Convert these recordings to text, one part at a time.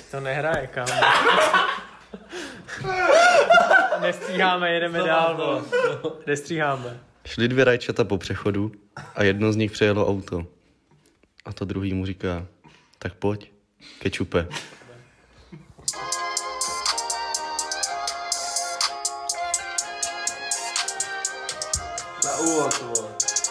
To nehraje, kámo. Nestříháme, jedeme dál. Nestříháme. Šli dvě rajčata po přechodu a jedno z nich přejelo auto. A to druhý mu říká, tak pojď, kečupe. Na úvod, vole.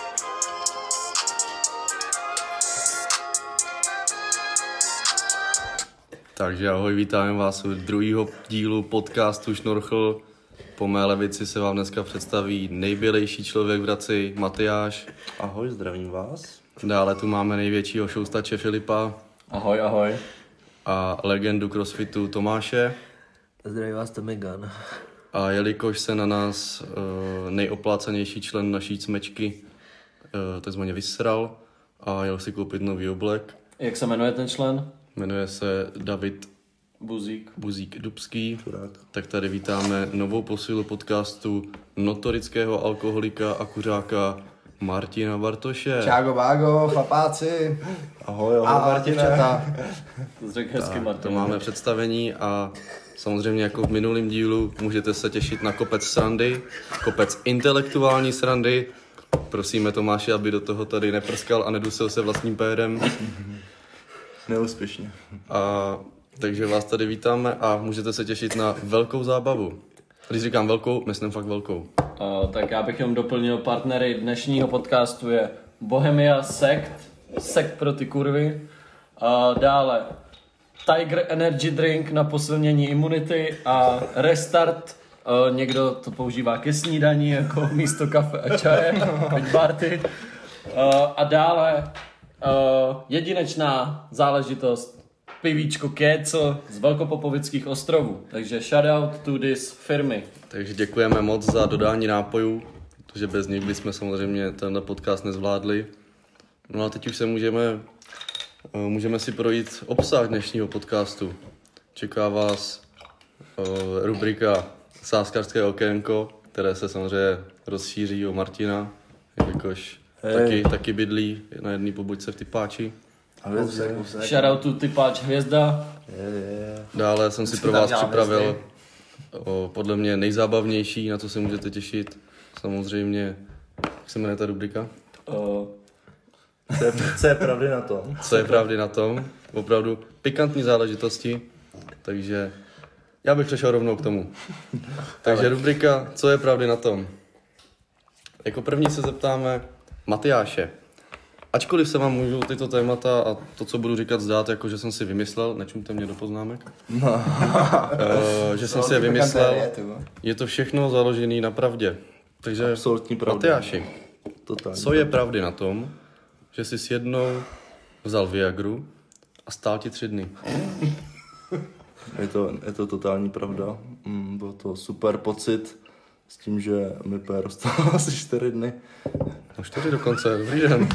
Takže ahoj, vítáme vás u druhého dílu podcastu Šnorchl. Po mé levici se vám dneska představí nejbělejší člověk v Hradci, Matyáš. Ahoj, zdravím vás. Dále tu máme největšího šoustače Filipa. Ahoj, ahoj. A legendu crossfitu Tomáše. Zdravím vás, Tomegan. A jelikož se na nás nejoplácanější člen naší cmečky takzvaně vysral a jel si koupit nový oblek. Jak se jmenuje ten člen? Jmenuje se David Buzík Dubský. Čurák. Tak tady vítáme novou posilu podcastu notorického alkoholika a kuřáka Martina Bartoše. Čágo bágo, chlapáci. Ahoj, Martina. To jsi řekl hezky, To Martin. máme představení a samozřejmě jako v minulém dílu můžete se těšit na kopec srandy, kopec intelektuální srandy. Prosíme Tomáše, aby do toho tady neprskal a nedusil se vlastním pérem. Neúspěšně. Takže vás tady vítáme a můžete se těšit na velkou zábavu. Když říkám velkou, myslím fakt velkou. Tak já bych jenom doplnil, partnery dnešního podcastu je Bohemia Sekt pro ty kurvy. Dále Tiger Energy Drink na posilnění imunity a Restart. Někdo to používá ke snídani jako místo kafe a čaje, Barty. A dále jedinečná záležitost pivíčko Kécl z Velkopopovických ostrovů. Takže shoutout to this firmy. Takže děkujeme moc za dodání nápojů, protože bez nich bychom samozřejmě tenhle podcast nezvládli. No a teď už se můžeme si projít obsah dnešního podcastu. Čeká vás rubrika Sázkařské okénko, které se samozřejmě rozšíří o Martina, jelikož taky bydlí na jedné pobočce v Typáči. Shoutout to typáč Hvězda. Dále jsem si pro vás připravil podle mě nejzábavnější, na co se můžete těšit. Samozřejmě, jak se jmenuje ta rubrika? Co je pravdy na tom? Co je pravdy na tom? Opravdu pikantní záležitosti, takže já bych přešel rovnou k tomu. Takže rubrika Co je pravdy na tom? Jako první se zeptáme Matyáše. Ačkoliv se vám můžu tyto témata a to, co budu říkat, zdát, jako že jsem si vymyslel, nečumte mě do poznámek, že jsem si je vymyslel, je to všechno založené na pravdě. Takže Absolutní pravda. Matyáši, Totální. co je pravdy na tom, že jsi s jednou vzal Viagru a stál ti 3 dny? Je to totální pravda. Byl to super pocit s tím, že mi pér rostalo asi 4 dny. No 4 dokonce, dobrý den.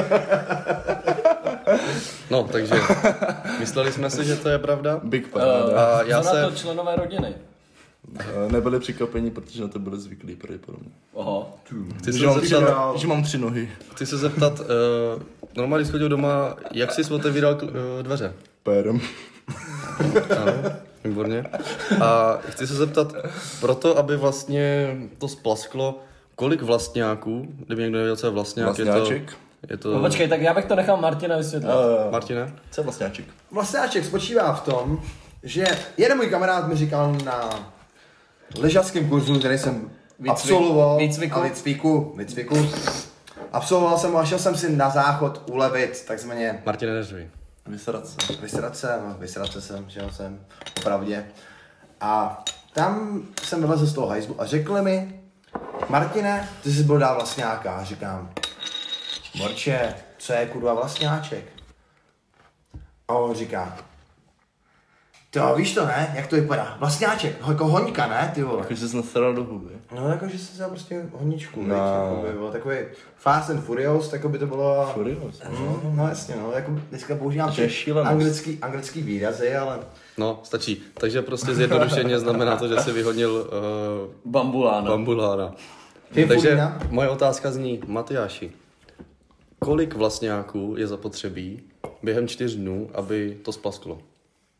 No, takže mysleli jsme si, že to je pravda. Big pravda. A já Co na se... to členové rodiny? Nebyli překvapení, protože na to byli zvyklí pravděpodobně. Aha. Že mám 3 nohy. Chci se zeptat, normálně jsi chodil doma, jak jsi otevíral dveře? Pérem. Ano, výborně. A chci se zeptat, proto, aby vlastně to splasklo, kolik vlastňáků, kdyby někdo nevěděl, co je vlastňák, Vlastňáček? je to... No, počkej, tak já bych to nechal Martina vysvětlit. Martine? Co je vlastňáček? Vlastňáček spočívá v tom, že jeden můj kamarád mi říkal na lyžařském kurzu, který jsem absolvoval. Výcviku. Absolvoval jsem ho a šel jsem si na záchod ulevit, takzvaně Martine, neřvi. vysrat se, šel jsem, opravdě. A tam jsem vylezl z toho hajzlu a řekli mi, Martine, ty jsi byl dál vlastňáka. A říkám, Morče, co je kurva vlastňáček? A on říká, to víš to, ne? Jak to vypadá? Vlastňáček, jako hoňka, ne? Ty vole. Jakože jsi nasral do huby. No, jakože jsi vzal prostě honičku, No. jakoby, bylo takový Fast and Furious, tak by to bylo... Furious. No jasně, no, jako dneska používám To je šílenost. anglický výrazy, ale... No, stačí. Takže prostě zjednodušeně znamená to, že jsi vyhodil bambulána. Takže moje otázka zní, Matyáši, kolik vlastňáků je zapotřebí během 4 dnů, aby to splasklo?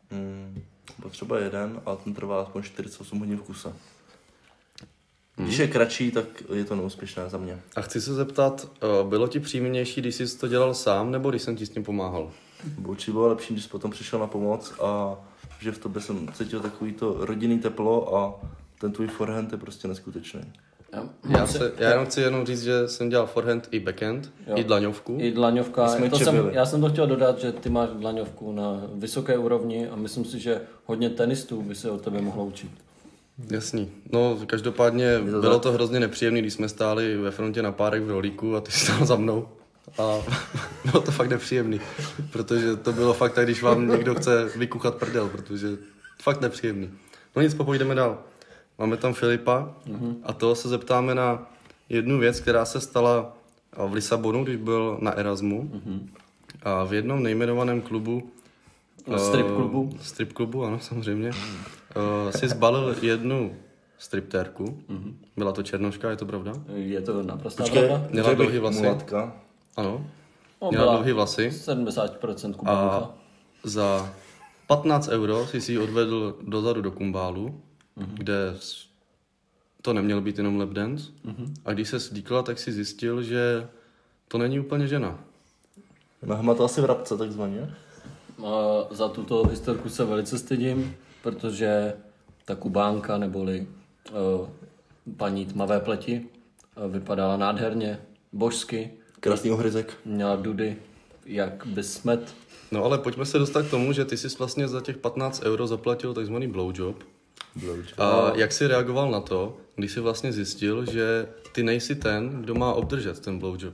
Potřeba jeden, ale ten trvá aspoň 48 hodin v kuse. Když je kratší, tak je to neúspěšné za mě. A chci se zeptat, bylo ti příjemnější, když jsi to dělal sám, nebo když jsem ti s tím pomáhal? Určitě bylo lepší, když jsi potom přišel na pomoc a že v tobě jsem cítil takový to rodinný teplo a ten tvůj forehand je prostě neskutečný. Já jenom chci říct, že jsem dělal forehand i backhand, i dlaňovku. I dlaňovka. Jsme Já jsem to chtěl dodat, že ty máš dlaňovku na vysoké úrovni a myslím si, že hodně tenistů by se od tebe mohlo učit. Jasný. No, každopádně bylo to hrozně nepříjemné, když jsme stáli ve frontě na párek v rolíku a ty stál za mnou. A bylo to fakt nepříjemný, protože to bylo fakt tak, když vám někdo chce vykuchat prdel, protože fakt nepříjemný. No nic, popojdeme dál. Máme tam Filipa a toho se zeptáme na jednu věc, která se stala v Lisabonu, když byl na Erasmu. A v jednom nejmenovaném klubu strip klubu, ano, samozřejmě. Si zbalil jednu striptérku. Byla to černoška, je to pravda? Je to naprosto pravda. Měla dlouhý vlasy. Mulatka. Ano. Měla dlouhý vlasy. 70% kubánka. A za 15 € si ji odvedl dozadu do kumbálu, kde to neměl být jenom lap dance. A když se svlíkla, tak si zjistil, že to není úplně žena. Nahmatal si vrabce takzvaně. Za tuto historku se velice stydím, protože ta kubánka neboli paní tmavé pleti vypadala nádherně, božsky. Krásný ohryzek. Měla dudy, jak bez smet. No ale pojďme se dostat k tomu, že ty jsi vlastně za těch 15 € zaplatil takzvaný blowjob. A jak jsi reagoval na to, když jsi vlastně zjistil, že ty nejsi ten, kdo má obdržet ten blowjob?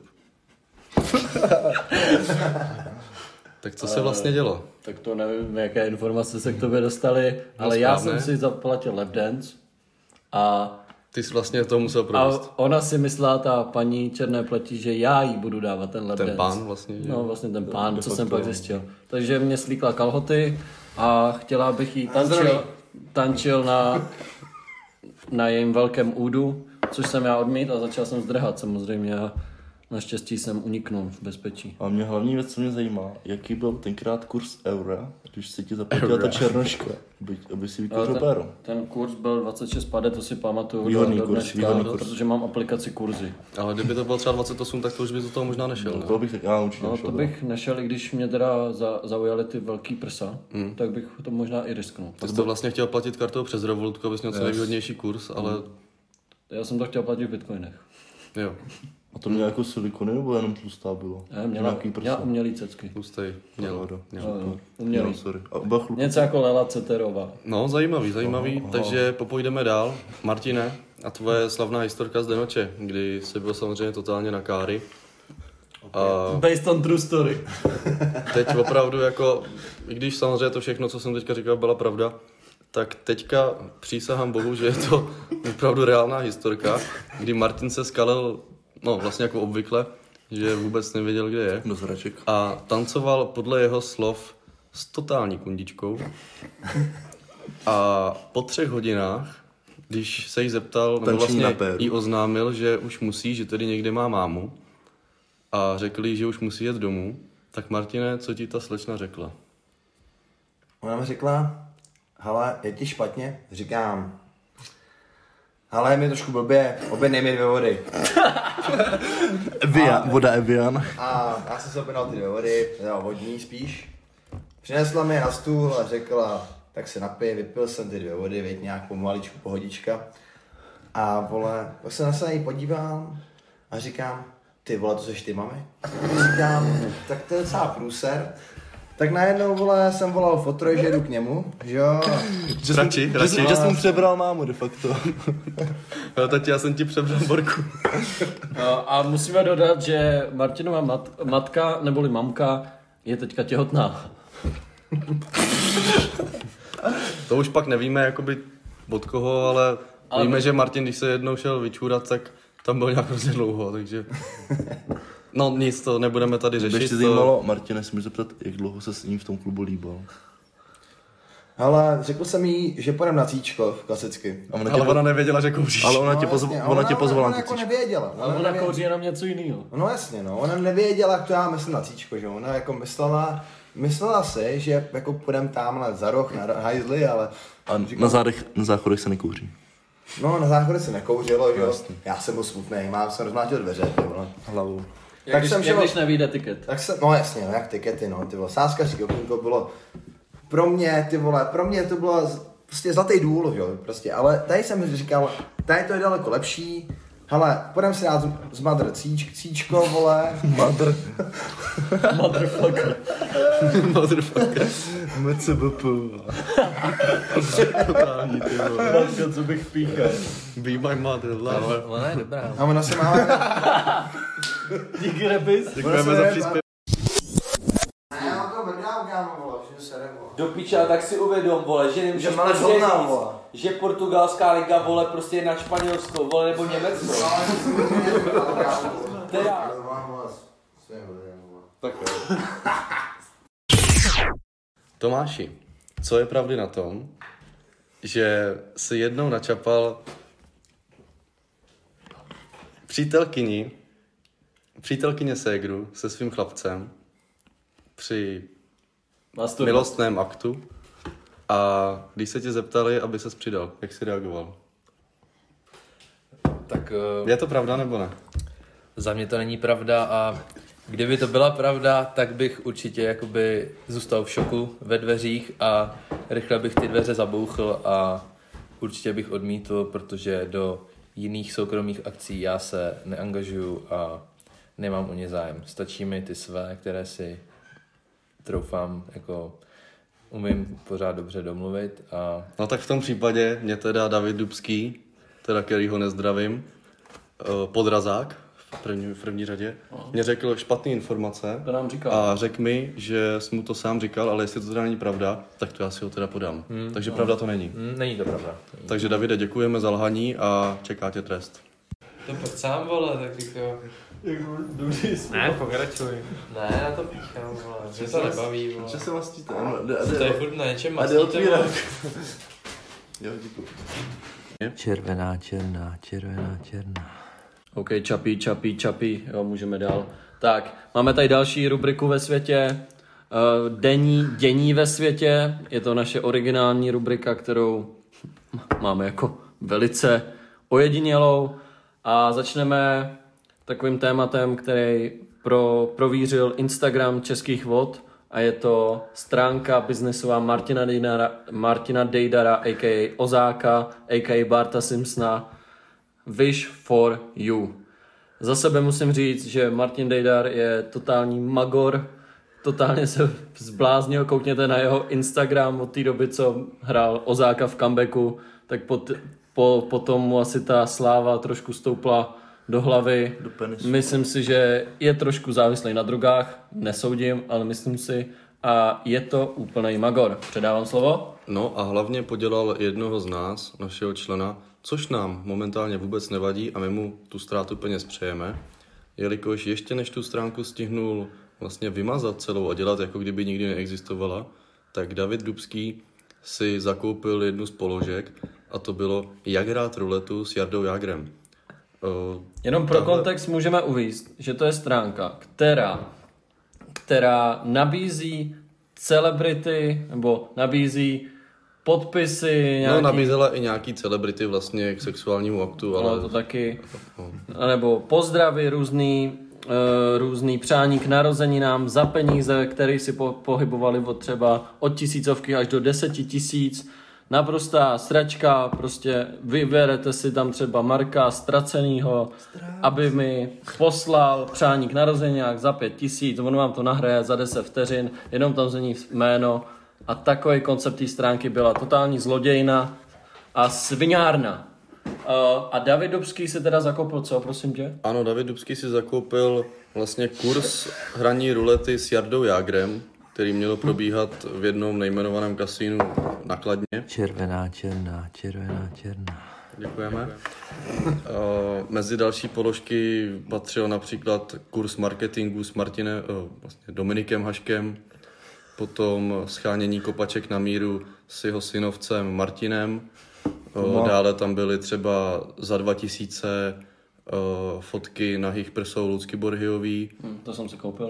Tak co se vlastně dělo? Tak to nevím, jaké informace se k tobě dostaly, ale já jsem si zaplatil lap dance a ty jsi vlastně to musel provést. A ona si myslela, ta paní černé pleti, že já jí budu dávat ten lap dance. Ten pán vlastně. Že? No vlastně ten pán, co jsem pak zjistil. Takže mě slíkla kalhoty a chtěla, abych jí tančil na jejím velkém údu, což jsem já odmít a začal jsem zdrhat samozřejmě a naštěstí jsem uniknul v bezpečí. A mě hlavní věc, co mě zajímá, jaký byl tenkrát kurz eura, když se ti zaplatila ta černoška, aby si vykouřil péro. Ten kurz byl 26 pade, to si pamatuju. Výhodný kurz. Protože mám aplikaci kurzy. Ale kdyby to bylo třeba 28, tak to už by do toho možná nešel. To bych tak, já určitě nešel. To bych nešel, i když mě teda zaujaly ty velký prsa, tak bych to možná i risknul. Ty jsi to vlastně chtěl platit kartou přes Revolutku, abys měl co nejvýhodnější kurz, ale... Já jsem to chtěl platit v bitcoinech. Jo. A to měla jako silikony, nebo jenom tlustá bylo? Měla umělý cecky. Tlustej. Měl. Umělý. Sorry. Něco jako Lela Ceterová. No, zajímavý. Takže popojdeme dál. Martine, a tvoje slavná historka z Denoče, kdy jsi byl samozřejmě totálně na káry. Based on true story. Teď opravdu jako, i když samozřejmě to všechno, co jsem teďka říkal, byla pravda, tak teďka přísahám Bohu, že je to opravdu reálná historka, kdy Martin se skalil, no vlastně jako obvykle, že vůbec nevěděl, kde je. Do zraček. A tancoval podle jeho slov s totální kundičkou. A po 3 hodinách, když se jí zeptal, nebo vlastně jí oznámil, že už musí, že tedy někde má mámu, a řekl jí, že už musí jet domů, tak Martine, co ti ta slečna řekla? Ona mi řekla, hele, je ti špatně? Říkám, hele, je mi trošku blbě, objednej mi 2 vody. Voda Evian. A já jsem se objednal ty 2 vody, vodní spíš. Přinesla mi je na stůl a řekla, tak se napij, vypil jsem ty 2 vody, věď nějak pomaličku, pohodička. A vole, tak se na něj podívám a říkám, ty vole, to seš ty, mami? Říkám, tak to je docela průser. Tak najednou, vole, jsem volal fotroj, že jdu k němu, že jo? Radši. Že jsem mu přebral mámu de facto. Jo, tati, já jsem ti přebral Borku. A musíme dodat, že Martinova matka, neboli mamka, je teďka těhotná. To už pak nevíme, jakoby od koho, ale víme, že Martin, když se jednou šel vyčůrat, tak tam byl nějak hrozně dlouho, takže... No nic, to nebudeme tady řešit. Když tě zajímalo, Martine, si můžu zeptat, jak dlouho se s ním v tom klubu líbil? Ale řekl jsem jí, že půjdem na cíčko, klasicky. Ale ona nevěděla, že kouříš. Ale ona tě pozvala ona jako nevěděla. Ale ona kouří jenom něco jiného. No jasně, no. Ona nevěděla, jak to já myslím na cíčko, že ona jako myslela, myslela si, že jako půjdeme tamhle za roh na hajzli, ale... A na záchodech se nekouří. No, na záchodě se nekouřilo, že jo. Já jsem byl smutný, jsem rozmlátil dveře, ty vole. Hlavou. Jak když nevyjde tiket. Tak jsem, no jasně, no jak tikety, no, ty vole. Sáskařský okýnko bylo pro mě to bylo prostě zlatý důl, jo, prostě, ale tady jsem říkal, tady to je daleko lepší, hele, půjdeme si dát z Mother cíčko, vole. Motherfucker. MCBP. Matka, co bych píchal. Be my mother, love. Ona je dobrá. A ona se máme... Díky repis. Děkujeme za příspěvek. Já to vrdám, kámo, vole, že se vole. Do piče, tak si uvědom, vole, že nemůžeš malé prostě zhodná, říct, vole. že portugalská liga, vole, prostě je na Španělsko, vole, nebo Německo. Teda. Tak jo. Tomáši, co je pravdy na tom, že si jednou načapal přítelkyně ségru se svým chlapcem při milostném aktu a když se tě zeptali, aby ses přidal, jak jsi reagoval? Tak Je to pravda nebo ne? za mě to není pravda a kdyby to byla pravda, tak bych určitě jakoby zůstal v šoku ve dveřích a rychle bych ty dveře zabouchl a určitě bych odmítl, protože do jiných soukromých akcí já se neangažuju a nemám o ně zájem. Stačí mi ty své, které si troufám, jako umím pořád dobře domluvit a No tak v tom případě mě teda David Dubský, teda kterýho nezdravím, podrazák v první řadě, mě řekl špatné informace To nám říkal. a řekl mi, že jsi mu to sám říkal, ale jestli to teda není pravda, tak to já si ho teda podám. Takže pravda to není. není to pravda. Takže Davide, děkujeme za lhaní a čeká tě trest. To pojď sám, vole, tak jako... Ne, pokračuj. Ne, na to píchám, vole, že to nebaví, vole. Co se mastíte? To je furt na něčem A jde mastíte, otvírat. vole. Jo, děkuji. Červená, černá. OK, čapí, jo, můžeme dál. Tak, máme tady další rubriku ve světě, dění ve světě, je to naše originální rubrika, kterou máme jako velice ojedinělou a začneme takovým tématem, který provířil Instagram Českých vod a je to stránka biznesová Martina Dejdara, a.k.a. Ozáka, a.k.a. Barta Simpsona, Wish for You. Za sebe musím říct, že Martin Dejdar je totální magor, totálně se zbláznil, koukněte na jeho Instagram od té doby, co hrál Ozáka v comebacku, tak potom mu asi ta sláva trošku stoupla do hlavy. Do penisu. Myslím si, že je trošku závislý na drogách, nesoudím, ale myslím si, a je to úplný magor. Předávám slovo. No a hlavně podělal jednoho z nás, našeho člena, což nám momentálně vůbec nevadí a my mu tu ztrátu peněz přejeme, jelikož ještě než tu stránku stihnul vlastně vymazat celou a dělat, jako kdyby nikdy neexistovala, tak David Dubský si zakoupil jednu z položek a to bylo jak hrát ruletu s Jardou Jágrem. Jenom pro kontext můžeme uvést, že to je stránka, která nabízí celebrity, nebo nabízí podpisy nějaký... No, nabízela i nějaký celebrity vlastně k sexuálnímu aktu, ale... to taky. Nebo pozdravy různý přání k narozeninám za peníze, které si pohybovali od 1000 až do 10 000. Naprostá sračka, prostě vyberete si tam třeba Marka Ztracenýho, aby mi poslal přání k narozeninách za 5000, on vám to nahraje za 10 vteřin, jenom tam zní jméno a takový koncept té stránky byla totální zlodějna a sviňárna. A David Dubský si teda zakoupil co, prosím tě? Ano, David Dubský si zakoupil vlastně kurz hraní rulety s Jardou Jágrem, který mělo probíhat v jednom nejmenovaném kasínu na Kladně. Červená. Děkujeme. Mezi další položky patřil například kurz marketingu s vlastně Dominikem Haškem, potom schánění kopaček na míru s jeho synovcem Martinem. Dále tam byly třeba za 2000 fotky nahých prsou Lucky Borhyový. To jsem si koupil.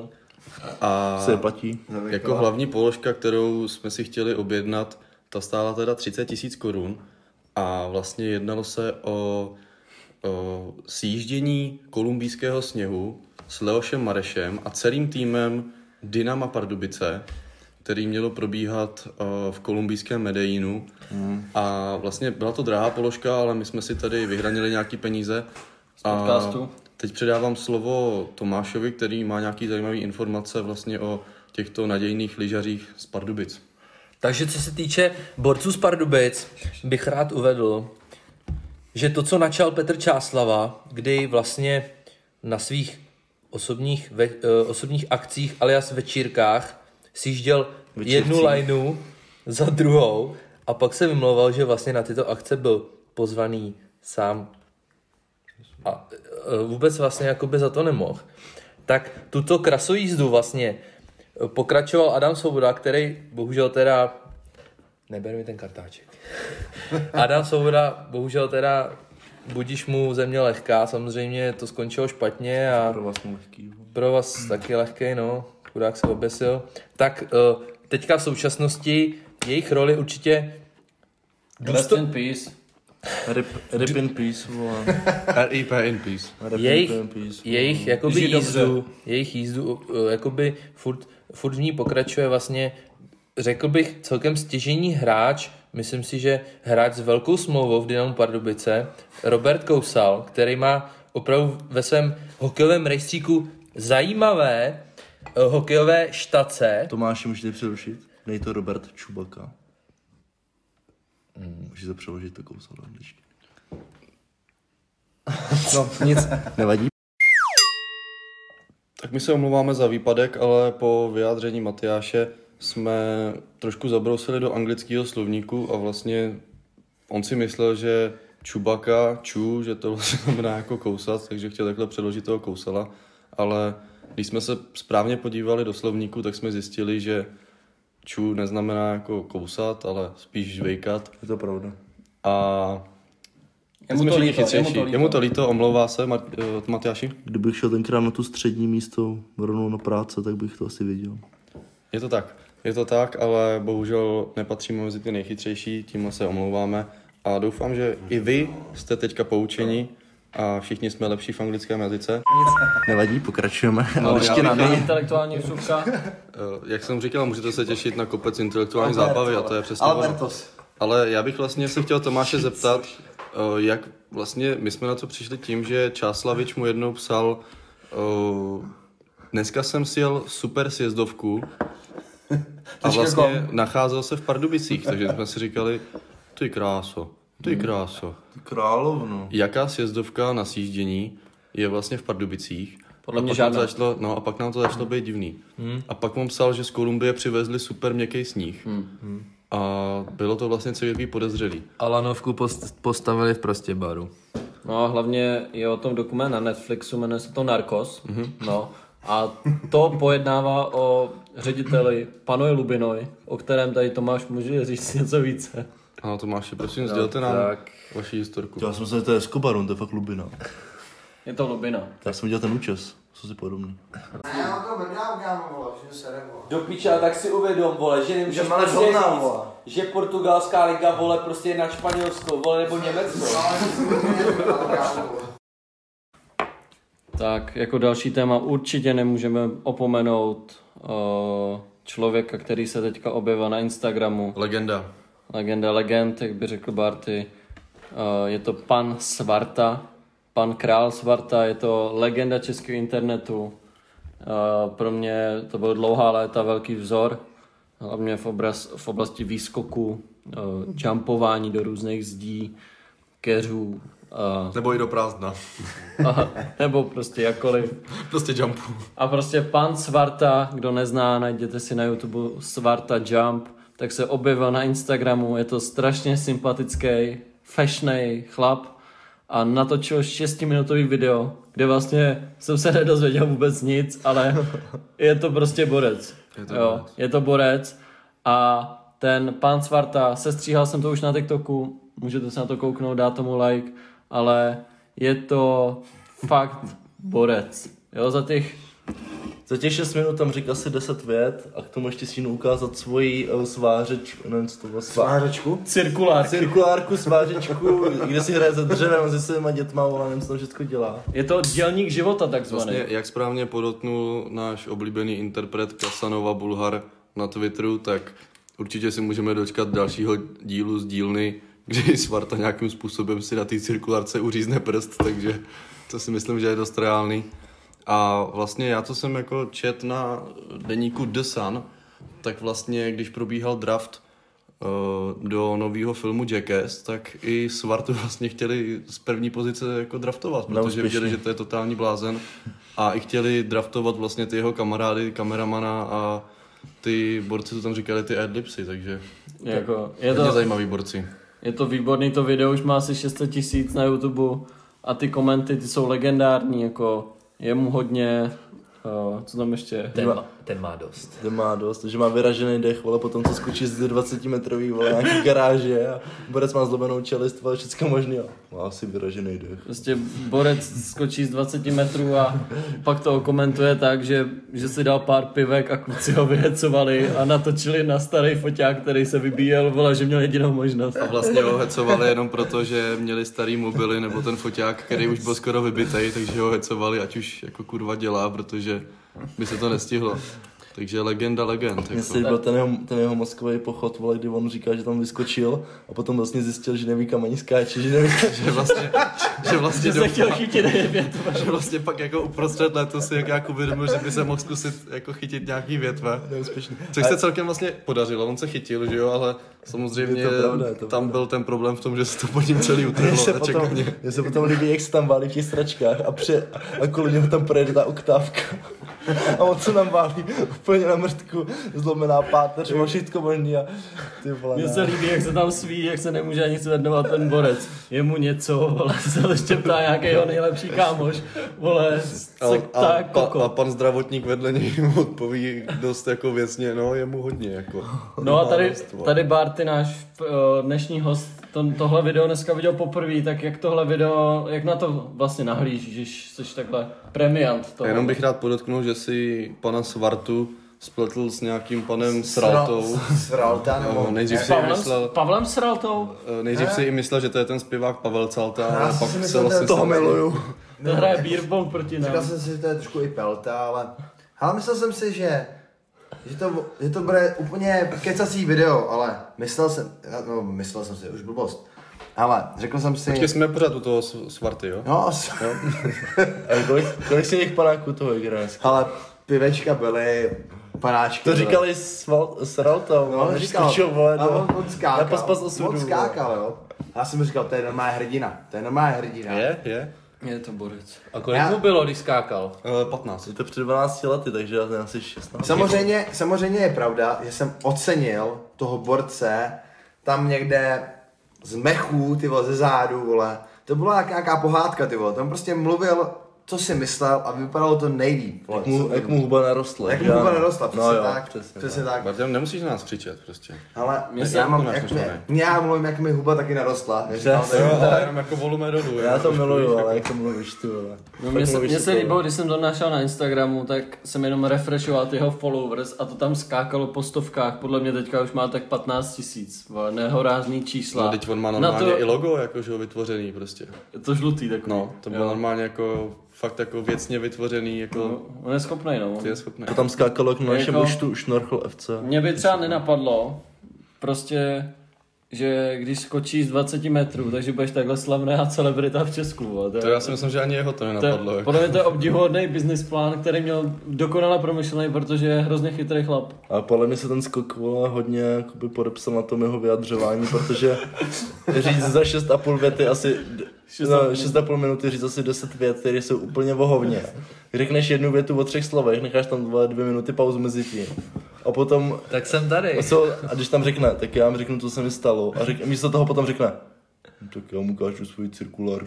A Se platí. jako hlavní položka, kterou jsme si chtěli objednat, ta stála teda 30 000 korun a vlastně jednalo se o sjíždění kolumbijského sněhu s Leošem Marešem a celým týmem Dynama Pardubice, který mělo probíhat v kolumbijském Medellínu. A vlastně byla to drahá položka, ale my jsme si tady vyhranili nějaký peníze. Z podcastu. Teď předávám slovo Tomášovi, který má nějaký zajímavý informace vlastně o těchto nadějných lyžařích z Pardubic. Takže co se týče borců z Pardubic, bych rád uvedl, že to, co načal Petr Čáslava, kdy vlastně na svých osobních akcích alias večírkách sjížděl jednu lineu za druhou a pak se vymlouval, že vlastně na tyto akce byl pozvaný sám a vůbec vlastně jakoby za to nemohl. Tak tuto krasojízdu vlastně pokračoval Adam Svoboda, který bohužel teda... Neber mi ten kartáček. Adam Svoboda bohužel teda budíš mu země lehká, samozřejmě to skončilo špatně a Pro vás lehký. pro vás taky lehký, no, chudák se obesil. Tak teďka v současnosti jejich roli určitě Rest in peace. Rip in peace, vole. RIP in peace. jejich jakoby jízdu jakoby furt v ní pokračuje vlastně, řekl bych, celkem stěžejní hráč, myslím si, že hráč s velkou smlouvou v Dynamu Pardubice, Robert Kousal, který má opravdu ve svém hokejovém rejstříku zajímavé hokejové štace. Tomáši, můžete přerušit? Nej to Robert Čubaka. Můžete přeložit to Kousal do angličtiny. No, nic. Nevadí? Tak my se omlouváme za výpadek, ale po vyjádření Matyáše jsme trošku zabrousili do anglického slovníku a vlastně on si myslel, že Čubaka, že to vlastně znamená jako kousat, takže chtěl takhle přeložit toho kousala, ale když jsme se správně podívali do slovníku, tak jsme zjistili, že čů neznamená jako kousat, ale spíš žvejkat. Je to pravda. A Je mu to líto, omlouvá se Matyáši. Kdybych šel tenkrát na tu střední místo rovnou na práce, tak bych to asi viděl. Je to tak, ale bohužel nepatříme mezi ty nejchytřejší, tím se omlouváme a doufám, že i vy jste teďka poučeni a všichni jsme lepší v anglickém jazyce. Nevadí, pokračujeme. No, ještě na intelektuální vsuvka. Jak jsem říkal, můžete se těšit na kopec intelektuální zábavy a to je přesně ono. Ale já bych vlastně se chtěl Tomáše zeptat, jak vlastně my jsme na to přišli tím, že Čáslavič mu jednou psal, dneska jsem si jel super sjezdovku a vlastně nacházel se v Pardubicích, takže jsme si říkali, ty kráso. Ty královno. Jaká sjezdovka na sjíždění je vlastně v Pardubicích? Podle mě žádná. A pak nám to začalo být divný. A pak mu psal, že z Kolumbie přivezli super měkký sníh. A bylo to vlastně celý podezřelý. A lanovku postavili v Prostěbaru. No a hlavně je o tom dokument na Netflixu, jmenuje se to Narcos. No. A to pojednává o řediteli Panoj Lubinoj, o kterém tady Tomáš může říct něco více. Ano, Tomáši, prosím, sdělte nám vaši historku. Já jsem se, to je Escobar, to je fakt Lubina. Je to Lubina. Já jsem viděl ten účes, co si podobný. Já mám to mrdám, kámo, vole, že se vole. Do piča, tak si uvědom, vole, že nemůžeš malé prostě hovna, říct, vole. že portugalská liga, vole, prostě je na Španělsko, vole, nebo Německo. Tak, jako další téma určitě nemůžeme opomenout člověka, který se teďka objevil na Instagramu. Legenda Legend, jak by řekl Barty. Je to pan Svarta, pan král Svarta, je to legenda českého internetu. Pro mě to byl dlouhá léta velký vzor, hlavně v oblasti výskoku, jumpování do různých zdí, keřů. Nebo i do prázdna. Nebo prostě jakkoliv. Prostě jumpu. A prostě pan Svarta, kdo nezná, najděte si na YouTube Svarta Jump, tak se objevil na Instagramu, je to strašně sympatický, fashionej chlap a natočil 6-minutový video, kde vlastně jsem se nedozvěděl vůbec nic, ale je to prostě borec. Je to borec a ten pan Svarta, sestříhal jsem to už na TikToku, můžete se na to kouknout, dát tomu like, ale je to fakt borec. Jo, za těch Za těch 6 minut tam říkal asi 10 vět a k tomu ještě si ukázat svoji svářečku, nevím, co to bylo. Svářečku? Cirkulárku, svářečku, kde si hraje za dřevem se svýma dětma, ale nevím, co to všechno dělá. Je to dělník života takzvaný. Vlastně, jak správně podotknul náš oblíbený interpret Kasanova Bulhar na Twitteru, tak určitě si můžeme dočkat dalšího dílu z dílny, kdy Svarta nějakým způsobem si na té cirkulárce uřízne prst, takže to si myslím, že je dost reálný. A vlastně já, co jsem jako čet na deníku The Sun, tak vlastně, když probíhal draft do nového filmu Jackass, tak i Svartu vlastně chtěli z první pozice jako draftovat, protože viděli, že to je totální blázen a i chtěli draftovat vlastně ty jeho kamarády, kameramana a ty borci, co tam říkali, ty adlibsy, takže Jako, je to zajímavý borci. Je to výborný, to video už má asi 600 000 na YouTube a ty komenty, ty jsou legendární, jako je mu hodně, co tam ještě? Ten má dost. Ten má dost, že má vyražený dech, vole, potom co skočí z 20 metrový, vole, nějaký garáže a borec má zlomenou čelist, vole, všecko možný a má asi vyražený dech. Prostě borec skočí z 20 metrů a pak to komentuje tak, že si dal pár pivek a kluci ho vyhecovali a natočili na starý foťák, který se vybíjel, vole, že měl jedinou možnost. A vlastně ho hecovali jenom proto, že měli starý mobily nebo ten foťák, který už byl skoro vybitej, takže ho hecovali, ať už jako kurva dělá, protože by se to nestihlo. Takže legenda legend. Mně se líbil ten jeho mozkový pochod, vole, kdy on říká, že tam vyskočil a potom vlastně zjistil, že neví, kam ani skáče, že neví, že vlastně se chtěl chytit větve. Že vlastně pak jako uprostřed letu si jak uvědomil, že by se mohl zkusit jako chytit nějaký větve. Neúspěšný. Což se celkem vlastně podařilo, on se chytil, že jo, ale samozřejmě tam byl ten problém v tom, že se to pod ním celý utrhlo. Mně se potom líbí, jak se tam válí v těch stračkách a kolem něho tam projede ta oktávka. A on se tam válí úplně na mrtku, zlomená páteř, všechno možný a ty vole. Mně se líbí, jak se tam sví, jak se nemůže ani zvednout ten borec. Je mu něco, vole, se ještě ptá nějaký jeho nejlepší kámoš, vole, se ptá jak koko. A pan zdravotník vedle něj mu odpoví dost jako věcně, no je mu hodně jako. No a tady Barty, náš dnešní host, tohle video dneska viděl poprvé, tak jak tohle video, jak na to vlastně nahlížíš, když jsi takhle premiant toho? Jenom bych rád podotknul, že si pana Svartu spletl s nějakým panem Sraltou. Sralta, nebo... Pavlem Sraltou? Nejdřív si i myslel, že to je ten zpěvák Pavel Calta, ale pak se vlastně... Toho miluju. To hraje beerbong proti nám. Říkal jsem si, že to je trošku i pelta, ale myslel jsem si, že to bude úplně kecací video, ale myslel jsem si, už blbost. Ale řekl jsem si... Počkej, jsme pořád u toho Svarty, jo? No, A kolik si těch panáků toho igra dneska? ale pivečka byly, panáčky To byly. říkali s Raltou, No, on říkal, skočil, vole, on skákal. na paspas osudu. On skákal, jo. Já jsem mu říkal, to je normální hrdina. Je. Je to borec. A kolik mu bylo, když skákal? 15. Je to před 12 lety, takže já jsem asi 16. Samozřejmě je pravda, že jsem ocenil toho borce tam někde z mechů, ty vole, ze zádu, vole. To byla nějaká pohádka, ty vole. Tam prostě mluvil, co si myslel a vypadalo to nejlíp. Vole. Jak mu huba narostla. Jak mu huba narostla, přesně no jo, tak. Přesně tak. Bartěm, nemusíš na nás křičet prostě. Ale já já mluvím, jak mi huba taky narostla. Jenom jako volume dolů. Já to miluju, ale jak to mluvíš ty, vole. No, mně se líbilo, když jsem to našel na Instagramu, tak jsem jenom refreshoval jeho followers a to tam skákalo po stovkách, podle mě teďka už má tak 15 000, nehorázný čísla. No, teď on má normálně i logo, jakože ho vytvořený prostě. Je to žlutý takový. No, to bylo normálně jako, fakt jako věcně vytvořený, jako... No, on je schopnej, no. Ty je schopný. To tam skákalo jak na našem Jako- účtu Šnorchl FC. Mě by třeba nenapadlo, prostě, že když skočíš z 20 metrů, takže budeš takhle slavná celebrita v Česku. To já si myslím, že ani jeho to nenapadlo. Podle mě to je obdivuhodný business plán, který měl dokonale promyšlený, protože je hrozně chytrý chlap. A podle mě se ten skok, vole, hodně jakoby podepsal na tom jeho vyjadřování, protože říct za 6,5 věty asi... 6,5 minuty říct asi 10 vět, které jsou úplně vohovně. Řekneš jednu větu o 3 slovech, necháš tam 2 minuty pauzu mezi tím. A potom... Tak jsem tady. A když tam řekne, tak já vám řeknu, co se mi stalo. A místo toho potom řekne, tak já mu ukážu svoji cirkulárku.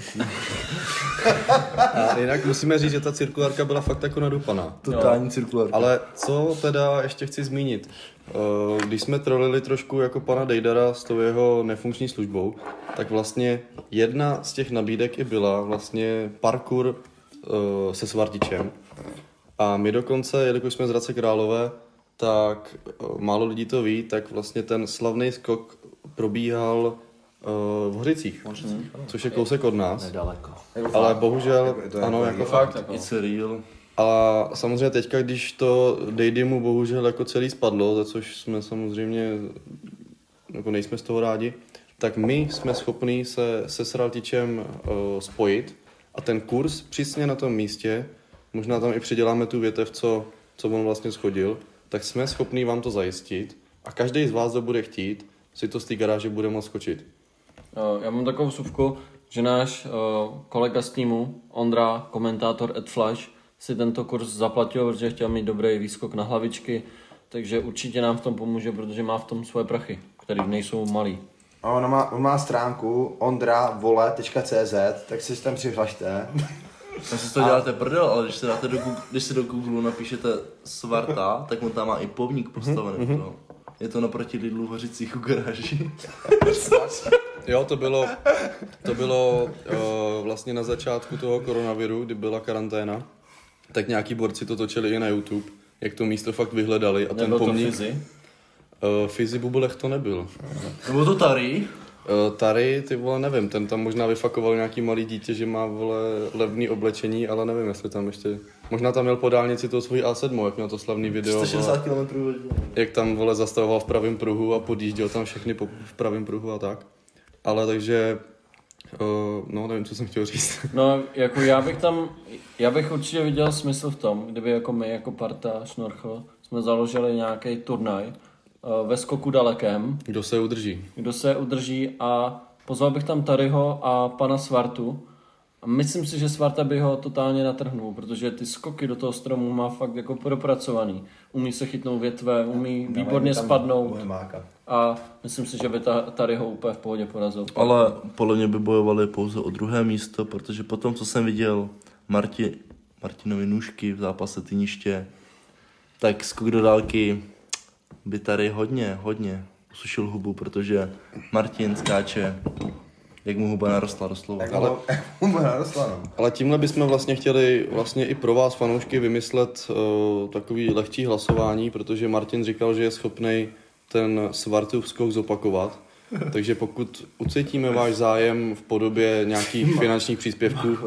A jinak musíme říct, že ta cirkulárka byla fakt jako nadupaná. Totální cirkulárka. Ale co teda ještě chci zmínit, když jsme trolili trošku jako pana Dejdara s tou jeho nefunkční službou, tak vlastně jedna z těch nabídek i byla vlastně parkour se Svartičem. A my dokonce, jelikož jsme z Hradce Králové, tak málo lidí to ví, tak vlastně ten slavný skok probíhal v Hořicích, což je kousek od nás. Nedaleko. Ale bohužel, ano, jako fakt. It's real. A samozřejmě teďka, když to Dejdymu bohužel jako celý spadlo, za což jsme samozřejmě, jako nejsme z toho rádi, tak my jsme schopní se Sraltičem spojit a ten kurz přesně na tom místě, možná tam i přiděláme tu větev, co on vlastně schodil, tak jsme schopní vám to zajistit a každý z vás, kdo bude chtít, si to z té garáže bude moct skočit. Já mám takovou vsuvku, že náš kolega z týmu, Ondra, komentátor @flash, si tento kurz zaplatil, protože chtěl mít dobrý výskok na hlavičky, takže určitě nám v tom pomůže, protože má v tom svoje prachy, které nejsou malý. A on má stránku ondravole.cz, tak si tam přihlašte. Já si to děláte prdel, ale když si do Google napíšete Svarta, tak on tam má i povník postavený. No. Je to naproti Lidlu v Hořicích u garáži. Jo, to bylo vlastně na začátku toho koronaviru, kdy byla karanténa, tak nějaký borci to točili i na YouTube, jak to místo fakt vyhledali a ten Nebyl pomník... to Fizi? Fizi Bubulech to nebyl. Nebo to Tary? Tary, ty vole, nevím, ten tam možná vyfakoval nějaký malý dítě, že má, vole, levný oblečení, ale nevím, jestli tam ještě... Možná tam měl po dálnici toho svůj A7, jak měl to slavný video, 160 km hodin. jak tam, vole, zastavoval v pravém pruhu a podjížděl tam všechny v pravém pruhu a tak. Ale takže, no, nevím, co jsem chtěl říct. No, jako já bych určitě viděl smysl v tom, kdyby jako my, jako parta Šnorchl, jsme založili nějaký turnaj ve skoku dalekém, Kdo se udrží. a pozval bych tam Taryho a pana Svartu. A myslím si, že Svarta by ho totálně natrhnul, protože ty skoky do toho stromu má fakt jako propracovaný. Umí se chytnout větve, umí výborně spadnout. A myslím si, že by Tary ho úplně v pohodě porazil. Ale podle mě by bojovali pouze o druhé místo, protože potom, co jsem viděl Martinovi nůžky v zápase Tyniště, tak skok do dálky by tady hodně usušil hubu, protože Martin skáče, jak mu huba narostla doslova. Ale tímhle bychom vlastně chtěli vlastně i pro vás fanoušky vymyslet takový lehčí hlasování, protože Martin říkal, že je schopnej ten Svartův skok zopakovat. Takže pokud ucítíme váš zájem v podobě nějakých finančních příspěvků,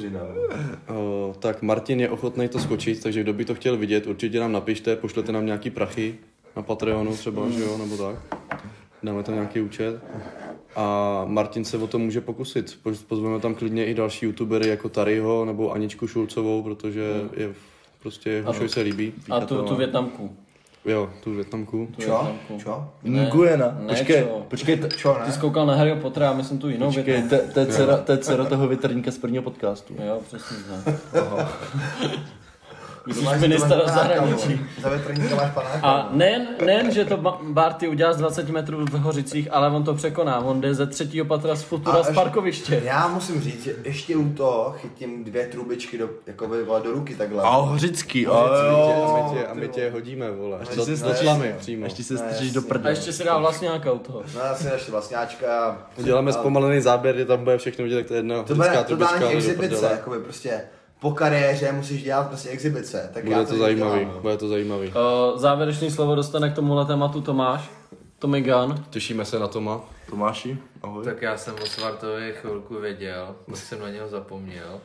tak Martin je ochotný to skočit, takže kdo by to chtěl vidět, určitě nám napište, pošlete nám nějaký prachy na Patreonu třeba, že jo, nebo tak. Dáme tam nějaký účet. A Martin se o to může pokusit. Pozveme tam klidně i další youtubery jako Taryho nebo Aničku Šulcovou, protože je prostě Hušoj se líbí. A tu Vietnamku. Jo, tu Vietnamku. Čo? Nguyena. Počkej, Ty jsi koukal na Harryho Pottera, já myslím tu jinou Vietnamku. to je dcera toho větrníka z prvního podcastu. Jo, přesně tak. Jsi minister zahraničí. Za větrníka máš panáka. A nejen, že to Barty udělá z 20 metrů v Hořicích, ale on to překoná. On jde ze 3. patra z Futura z parkoviště. Já musím říct, že ještě u toho chytím 2 trubičky do ruky takhle. A Hořický, A my tě hodíme, vole. Do tlamy přímo. Ještě se stříš do A prdele. ještě si dá vlastňáka u toho. No já si ještě vlastňáčka. Uděláme zpomalený záběr, kdy tam bude všechno vidět, jak to je jedna To bude lidská trubička. totální do exibice, prdele. jakoby prostě po kariéře musíš dělat prostě exibice. Tak Bude to zajímavý. Závěrečný slovo dostane k tomuhle tématu Tomáš. Tommy Gunn. Těšíme se na Toma. Tomáši, ahoj. Tak já jsem o Svartovi chvilku věděl, pak jsem na něho zapomněl.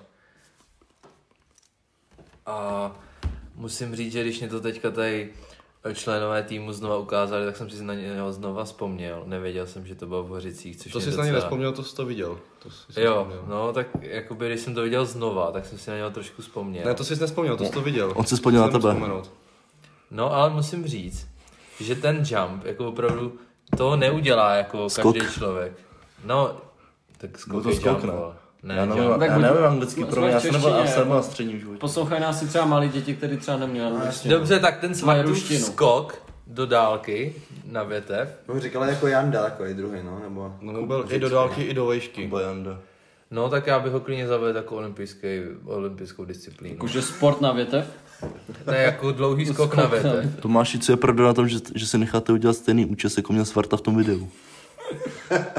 A musím říct, že když mě to teďka tady členové týmu znova ukázali, tak jsem si na něho znova vzpomněl. Nevěděl jsem, že to bylo v Hořicích, což To mě jsi na něj nespomněl, to jsi to viděl. Jo, no tak jakoby když jsem to viděl znova, tak jsem si na něho trošku vzpomněl. Ne, to jsi nespomněl, to jsi to viděl. On se vzpomněl na tebe. No ale musím říct, že ten jump, jako opravdu, to neudělá jako Skok. každý člověk. No, tak skok to je skok, jump, ne? vole. Ne, Já jump. nevím anglicky, pro mě, já jsem nebyl na středním životě. Poslouchají nás si třeba malí děti, kteří třeba neměli angličtinu. Dobře, tak ten Mají Svartův ruštinu. skok do dálky na větev. No říkali jako Janda, takový druhý, no, nebo... No, byl i do dálky, i do vejšky. Bojanda. No tak já bych ho klidně zavedl jako olympijskou disciplínu. Jakože sport na větev. Ne, jako dlouhý skok na větev. Tomáši, co je pravda na tom, že si necháte udělat stejný účes, jako měl Svarta v tom videu?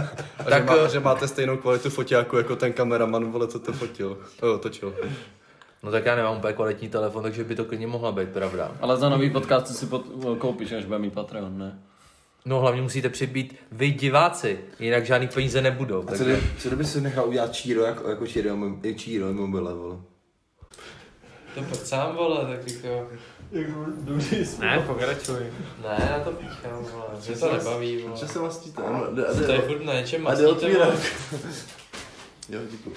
Že máte stejnou kvalitu foťáku jako ten kameraman, vole, co to fotil. Točil. No tak já nemám úplně kvalitní telefon, takže by to klidně mohla být pravda. Ale za nový podcast si koupíš, až bude mít Patreon, ne? No hlavně musíte přibít vy diváci, jinak žádný peníze nebudou. A co kdyby si nechal udělat Číro jako Číro mobile, vole? To pojď sám, vole, tak jako... Ne, pokračuj. Ne, na to píchám, vole, že to nebaví, vole. Co se vlastíte? To je furt na něčem A jde masníte, otvírat. vole. Jo, děkuji.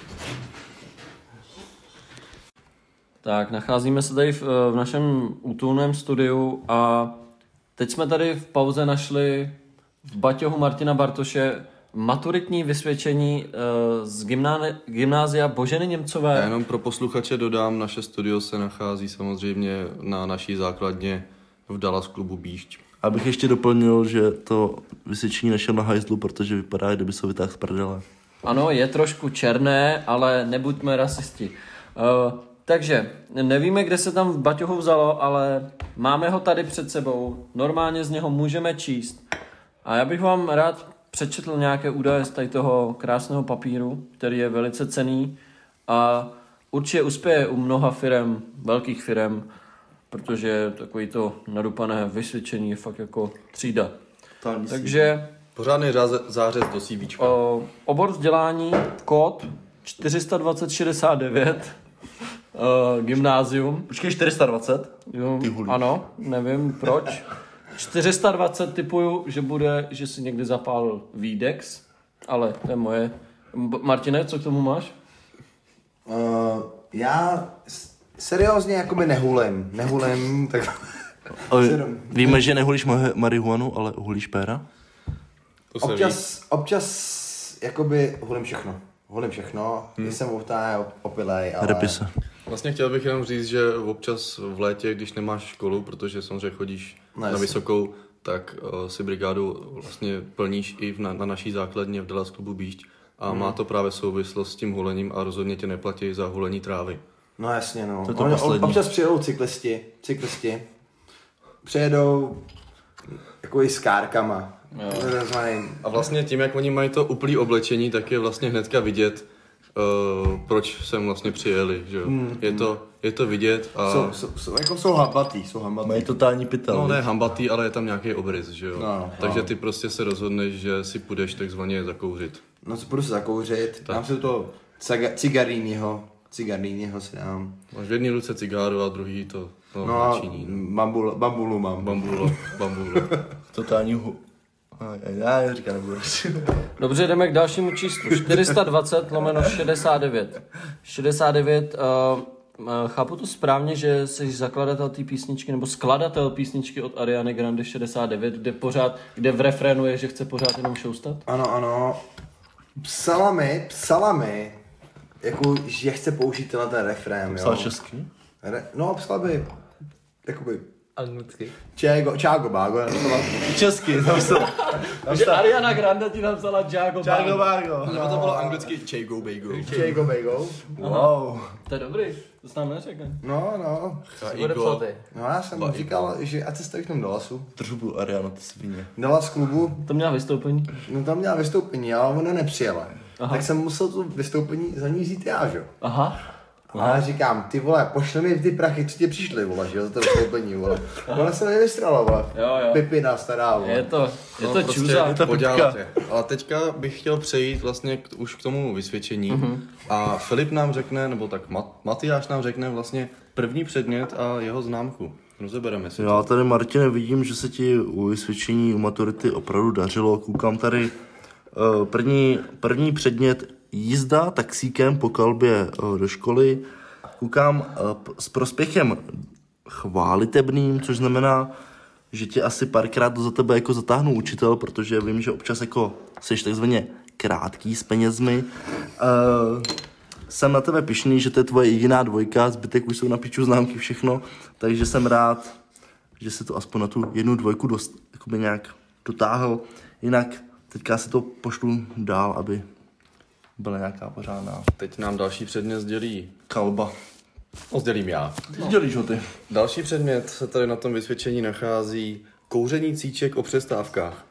Tak, nacházíme se tady v našem útulném studiu a teď jsme tady v pauze našli v baťohu Martina Bartoše maturitní vysvědčení z gymnázia Boženy Němcové. Já jenom pro posluchače dodám, naše studio se nachází samozřejmě na naší základně v Dallas klubu Bíšť. Abych ještě doplnil, že to vysvědčení našel na hajzlu, protože vypadá, kdyby se vytáhl z prdele. Ano, je trošku černé, ale nebuďme rasisti. Takže nevíme, kde se tam v baťohu vzalo, ale máme ho tady před sebou. Normálně z něho můžeme číst. A já bych vám rád přečetl nějaké údaje z tady toho krásného papíru, který je velice cenný a určitě uspěje u mnoha firem, velkých firem, protože takový to nadupané vysvědčení je fakt jako třída. Takže Pořádný zářez do CVčka. obor vzdělání, kód 42069, gymnázium. Počkej, 420? Jo, Ty hulíš. ano, nevím proč. 420 typuju, že si někdy zapálil Videx, ale to je moje. Martine, co k tomu máš? Já seriózně jakoby nehulím, tak... Víme, že nehulíš marihuanu, ale hulíš péra? Občas jakoby hulím všechno. Když jsem opilej, ale... Repise. Vlastně chtěl bych jenom říct, že občas v létě, když nemáš školu, protože samozřejmě chodíš na vysokou, tak si brigádu vlastně plníš i na naší základně v Dallas klubu Bíšť a má to právě souvislost s tím hulením a rozhodně tě neplatí za hulení trávy. No jasně, no. Občas přijedou cyklisti. Přijedou jako i s kárkama. A vlastně tím, jak oni mají to úplný oblečení, tak je vlastně hnedka vidět, proč sem vlastně přijeli, že jo. Je to vidět a... Jsou hambatý. Mají totální pytel. No ne hambatý, ale je tam nějaký obrys, že jo. No. Takže ty prostě se rozhodneš, že si půjdeš takzvaně zakouřit. No co půjdu se zakouřit, dám si to cigaríního si dám. Máš v jedné ruce cigáru a druhý to načiní. Bambulu mám. Bambulo. Totální já říkám, nebudu. Dobře, jdeme k dalšímu číslu. 420/69. 69, chápu to správně, že jsi zakladatel té písničky, nebo skladatel písničky od Ariany Grande 69, kde v refrénu je, že chce pořád jenom šoustat? Ano. Psala mi, jako, že chce použít ten refrén, Psal česky? Psala by, jakoby, Anglicky. Čágo Bágo, Česky, Že Ariana Grande ti napsala Jago Bágo. Nebo to bylo anglicky Chago Bago. Wow. To je dobrý, to jsi nám neřekl. No. Podepsal ty. No já jsem říkal, že ať se staví k tomu Dallasu. Držbu Ariana, ty svině. Dallas klubu, To měla vystoupení. no tam měla vystoupení, ale ona nepřijela. Aha. Tak jsem musel to vystoupení za ní vzít já, že jo. Aha. A já říkám, ty vole, pošli mi ty prachy, co ti přišly, vole, že jo, za to vystoupení, vole. Ona se nevystrala, vole. Jo. Pipina stará, vole. Je to Prostě čůza. podělat je. Ale teďka bych chtěl přejít vlastně už k tomu vysvědčení. A Filip nám řekne, nebo tak Matyáš nám řekne vlastně první předmět a jeho známku. Rozebereme si Já tady, Martine, vidím, že se ti u vysvědčení u maturity opravdu dařilo. Koukám tady první předmět jízda taxíkem po kalbě do školy. Koukám s prospěchem chválitebným, což znamená, že tě asi párkrát za tebe jako zatáhnu učitel, protože vím, že občas jako seš takzvaně krátký s penězmi. Jsem na tebe pyšný, že to je tvoje jediná dvojka, zbytek už jsou na piču známky všechno, takže jsem rád, že se to aspoň na tu jednu dvojku jakoby nějak dotáhl. Jinak teďka se to pošlu dál, aby byla nějaká pořádná Teď nám další předmět sdělí. kalba. Sdělím já. Dělíš ho ty. Další předmět se tady na tom vysvědčení nachází kouření cíček o přestávkách.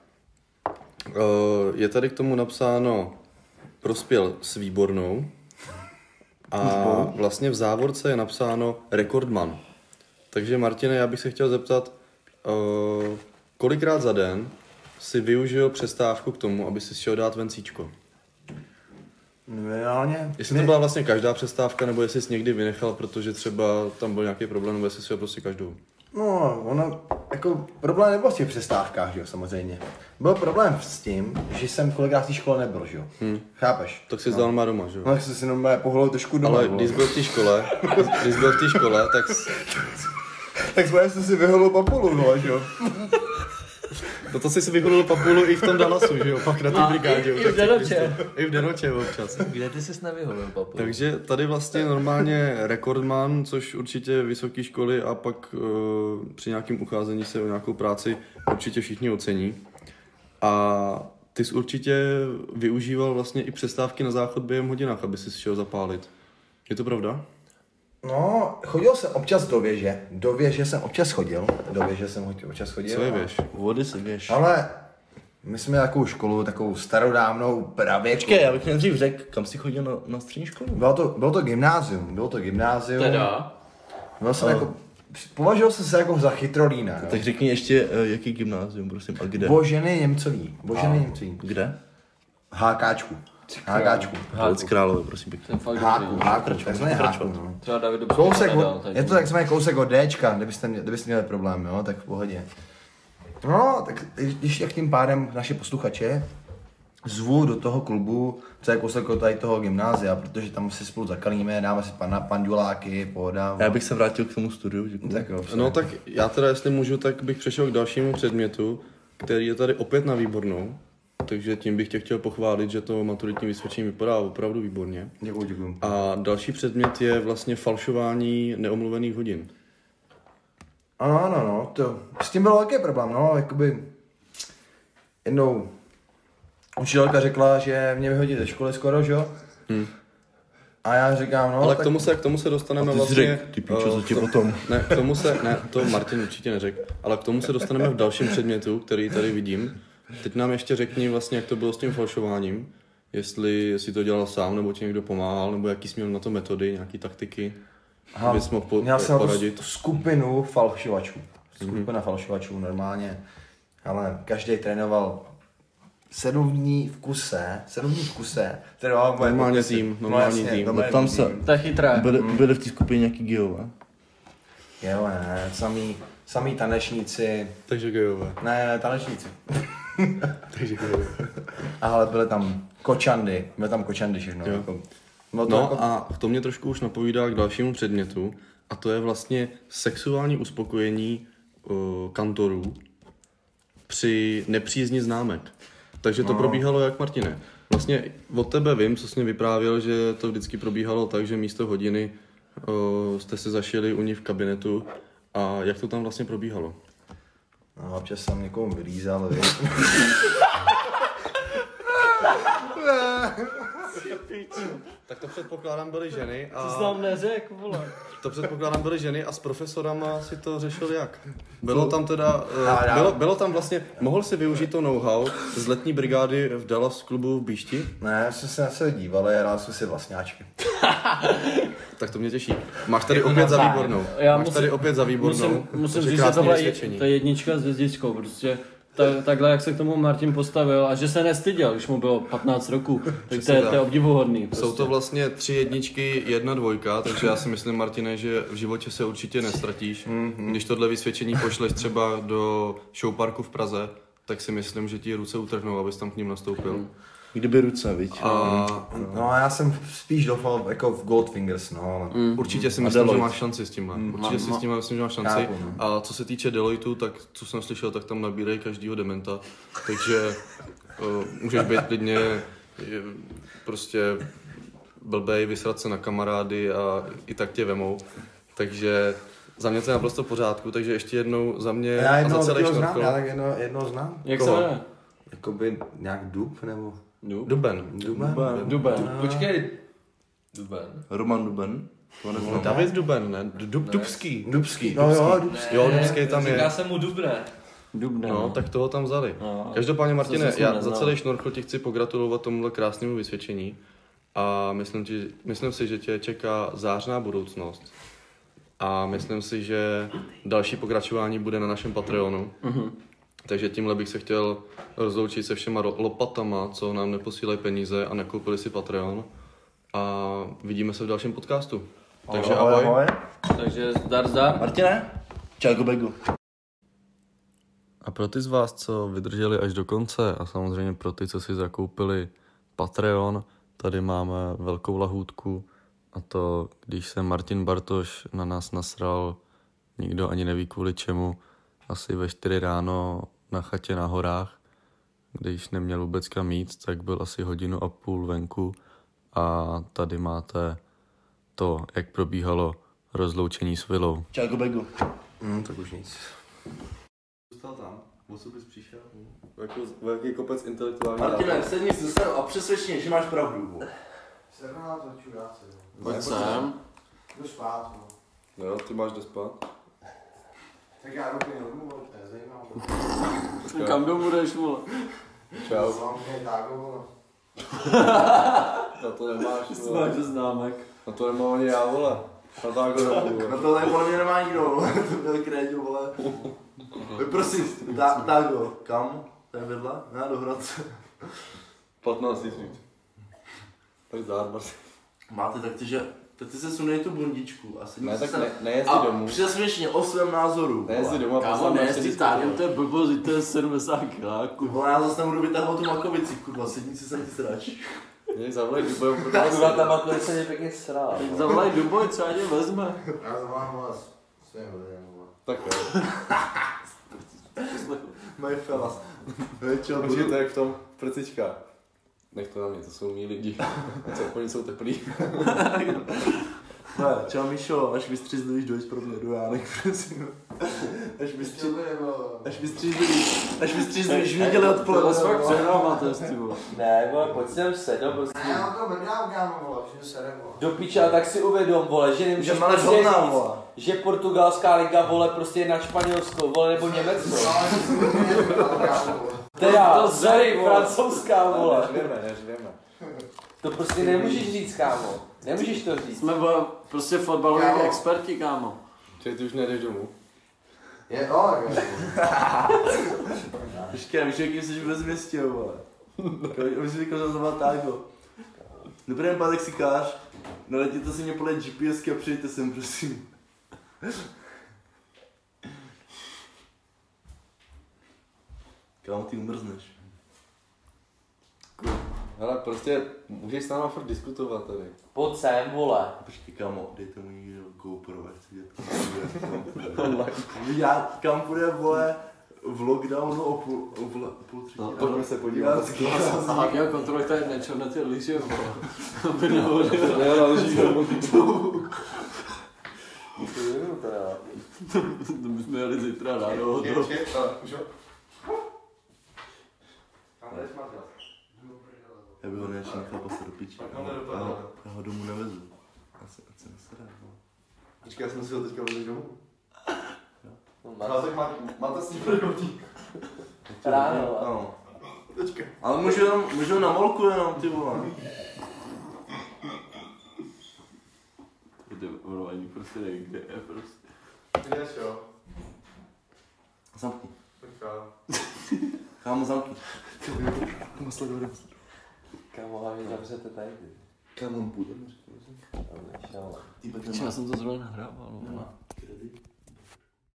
Je tady k tomu napsáno prospěl s výbornou. A vlastně v závorce je napsáno rekordman. Takže Martine, já bych se chtěl zeptat, kolikrát za den si využil přestávku k tomu, aby si šel dát vencíčko? Reálně. Jestli to byla vlastně každá přestávka, nebo jestli jsi někdy vynechal, protože třeba tam byl nějaký problém, nebo jestli si šel prostě každou? No, ono, jako problém nebyl v těch přestávkách, že jo, samozřejmě. Byl problém s tím, že jsem kolikrát v té škole nebyl, že jo. Chápeš? Tak jsi zdal doma, že jo? No, tak jsem si normálně pohlil trošku doma. Ale když byl v té škole, tak Tak jsem si vyholil papulu, no, že jo. to jsi si vyholil papulu i v tom Dallasu, že jo, pak na té brigádě. I v Denoče. I v Denoče občas. Kde ty jsi nevyholil, papu? Takže tady vlastně normálně rekordman, což určitě vysoké školy a pak při nějakém ucházení se o nějakou práci určitě všichni ocení. A ty jsi určitě využíval vlastně i přestávky na záchod během hodinách, aby si šel zapálit. Je to pravda? No, chodil jsem občas do věže. Do věže jsem občas chodil. Co je věž? Vody si věš. Ale my jsme měli takovou školu, takovou starodávnou pravěku. Počkej, já bych nejdřív řekl, kam jsi chodil na střední školu? Bylo to gymnázium. Teda? Byl jsem jako, považoval jsem se jako za chytrolína. No. Tak řekni ještě, jaký gymnázium, prosím, a kde? Boženy Němcový. Kde? Hákáčku. Hradec Králové, prosím pěkně. Háku, takzvaně Háku, no. Třeba Davidu Kousek, nedal, je to takzvaný kousek od Dčka, kdybyste měli problém, jo, tak v pohodě. No, tak když jak tím pádem naše posluchače zvu do toho klubu, co je kousek od tady toho gymnázia, protože tam si spolu zakalíme, dáme si panduláky, pohoda. Já bych se vrátil k tomu studiu, děkuji. Tak jo, No tak já teda, jestli můžu, tak bych přešel k dalšímu předmětu, který je tady opět na výbornou. Takže tím bych tě chtěl pochválit, že to maturitní vysvědčení vypadá opravdu výborně. Děkuji. A další předmět je vlastně falšování neomluvených hodin. Ano, to s tím byl velký problém, no, jakoby jednou učitelka řekla, že mě vyhodí ze školy skoro, že jo? A já říkám, no, Ale tak... k tomu se dostaneme Ty vlastně... řek, ty píčo, co ti potom? Ne, to Martin určitě neřekl, ale k tomu se dostaneme v dalším předmětu, který tady vidím. Teď nám ještě řekni vlastně, jak to bylo s tím falšováním. Jestli si to dělal sám, nebo ti někdo pomáhal, nebo jaký jsi měl na to metody, nějaký taktiky, abys mohl Měl jsem poradit. skupinu falšovačů. Skupina falšovačů normálně, ale každý trénoval 7 dní v kuse, trénoval moje Normálně pokusy. tým. No tam se, To je chytré. byli v té skupině nějaký geové? Jo, ne, samý tanečníci, Takže gejové. ne, tanečníci. Takže gejové. Ale byly tam kočandy všechno. Jo. Jako, No a to mě trošku už napovídá k dalšímu předmětu, a to je vlastně sexuální uspokojení kantorů při nepřízni známek. Takže to probíhalo jak, Martine? Vlastně od tebe vím, co jsi mě vyprávěl, že to vždycky probíhalo tak, že místo hodiny jste se zašili u ní v kabinetu. A jak to tam vlastně probíhalo? No, občas jsem někomu vylízal, víš. Tak to předpokládám byly ženy a... To jsi nám neřekl, vole. To předpokládám byly ženy a s profesorama si to řešili jak? Bylo tam teda, bylo tam vlastně, mohl si využít to know-how z letní brigády v Dallas klubu v Bíšti? Ne, jsme se na sebe dívali, hrál jsme si vlastňáčky. Tak to mě těší. Máš tady opět za výbornou. Musím takže říct, že krásný tohle vysvědčení. to je jednička s hvězdičkou, prostě takhle, jak se k tomu Martin postavil a že se nestyděl, když mu bylo 15 roků, tak to je obdivuhodný. Prostě. Jsou to vlastně 3 jedničky, 1 dvojka, takže já si myslím, Martine, že v životě se určitě nestratíš. Když tohle vysvědčení pošleš třeba do showparku v Praze, tak si myslím, že ti ruce utrhnou, abys tam k ním nastoupil. Kdyby ruce, viď? No a já jsem spíš doufal jako v Goldfingers, no ale... Určitě si myslím, že máš šanci s tímhle. Určitě si s tímhle myslím, že máš šanci. Chápu, no. A co se týče Deloitu, tak co jsem slyšel, tak tam nabírají každýho dementa. Takže můžeš být klidně prostě blbej, vysrat se na kamarády a i tak tě vemou. Takže za mě to je naprosto v pořádku, takže ještě jednou za mě Já a za celý znám, šnorchol. já tak jednoho znám. Jak se jmenuje? Jakoby nějak Dub, nebo... Duben. Duben. Počkej. Duben. Roman Duben? To neznám. David Duben, ne? Dubský. Dubský, no jo, Dubský. Jo, Dubský tam je. Říká se mu Dubne. Dubne. No, tak toho tam vzali. No. Každopádně, Martine, To jsem já neznal. za celý šnorchl ti chci pogratulovat tomuhle krásnému vysvědčení. a myslím si, že tě čeká zářná budoucnost. A myslím si, že další pokračování bude na našem Patreonu. Takže tímhle bych se chtěl rozloučit se všema lopatama, co nám neposílají peníze a nekoupili si Patreon. A vidíme se v dalším podcastu. Takže ahoj. Takže zdar. Martine, čau begu. A pro ty z vás, co vydrželi až do konce a samozřejmě pro ty, co si zakoupili Patreon, tady máme velkou lahůdku a to, když se Martin Bartoš na nás nasral, nikdo ani neví kvůli čemu, asi ve 4 ráno na chatě na horách, když neměl vůbec kam jít, tak byl asi 1,5 hodiny venku a tady máte to, jak probíhalo rozloučení s Vilou. Čau begu. Tak už nic. Zůstal tam, o co bys přišel? Velký kopec intelektuální. Martine, sedni si sem a přesvědč mě, že máš pravdu. 17 začu já se. Pojď sem. Jdu spát, no. No jo, ty máš jde spát. Tak já jdu domů, to je zajímavé. Kam domů jdeš, vole? Čau. Mám mě tágo, Na to nemáš, Máš známek. Na to nemám ani já, vole. Na tágo domů. Na to podle mě nemá nikdo, vole. To byl kréďo, vole. Prosím, tágo, kam? To je vedle? Ne, do Hradce. 15 000. Tak zárbar. Máte tak ty se sunej tu bundičku a sedni Ne, si tak sem. nejezdí A domů. přesvědč mě o svém názoru. Nejezdí domů a Kámo, poslám nejezdí tákem, to je blbost, to je 70 kiláků. Vole, já zase nebudu vytahovat tu makovici, kurva, sedni si sem ty srač. Něj zavolej Duboj, Kurva, ta makovice se mě pěkně srala. Tak zavolaj Duboj, třeba tě vezme. Já zavolám vás svým lidem, vole. Tak jo. My fellas. Počkej, to je jak v tom prcičkách. Nech to na mě, to jsou mý lidi. Co, oni jsou teplí. Ne, čau Míšo, až vystřízlivíš, dojď pro mě do Jánek, prosím. Až vystřízlivíš, věděli To odpoledne. vás fakt přehráváte, ty vole. Ne, vole, pojď sem sedno, prostě. Ne, já to mrdám, kámo, vole, že se jde, vole. Do piča, tak si uvědom, vole, že nemůžeš Že malé prostě žolná, říct, vole. že portugalská liga, vole, prostě je na Španělsko, vole, nebo Německo. Teda, sorry, francouzská, vole. Neřveme. To prostě nemůžeš říct, kámo. Nemůžeš to říct. Jsme vole, prostě fotbaloví Kámo. experti, kámo. Čili ty už nejdeš domů. Je to, tak Počkej, víš, jakým jsi vůbec změstil, vole. Už si říkal, tágo. Dobrý den, pane taxikář. Naletěte si mě podle GPSky a přijďte sem, prosím. Kámo, ty umrzneš. Hele, prostě můžeš s náma furt diskutovat tady. Pojď sem, vole. Počkej, kámo, dejte mu někdo GoPro, ať si dělat. Já, kam půjde, vole, v lockdownu o půl třetí. No, pojďme se podívat. A jak já kontroluji tady nečerné ty lyže, vole. Aby nehodil. Já naloží domů. To bychom jeli zítra ráno. Já bych ho nechal poslat do piči. Já ho domů nevezu. Ať se nesere, no. Počkej, já jsem si ho teďka vezl domů. No, tak máte s tím první. ráno, vole. Ano. Ale můžu na molku jenom, ty vole. Ty vole, ani prostě nejde, prostě. Jdeš jo. Zamkni. Čau. Kámo, zamkni. Kámo, hlavně zavřete tady. Kam on půjde? Tam nešel. Týpek Já jsem to zrovna nahrával. nemá. Kredit.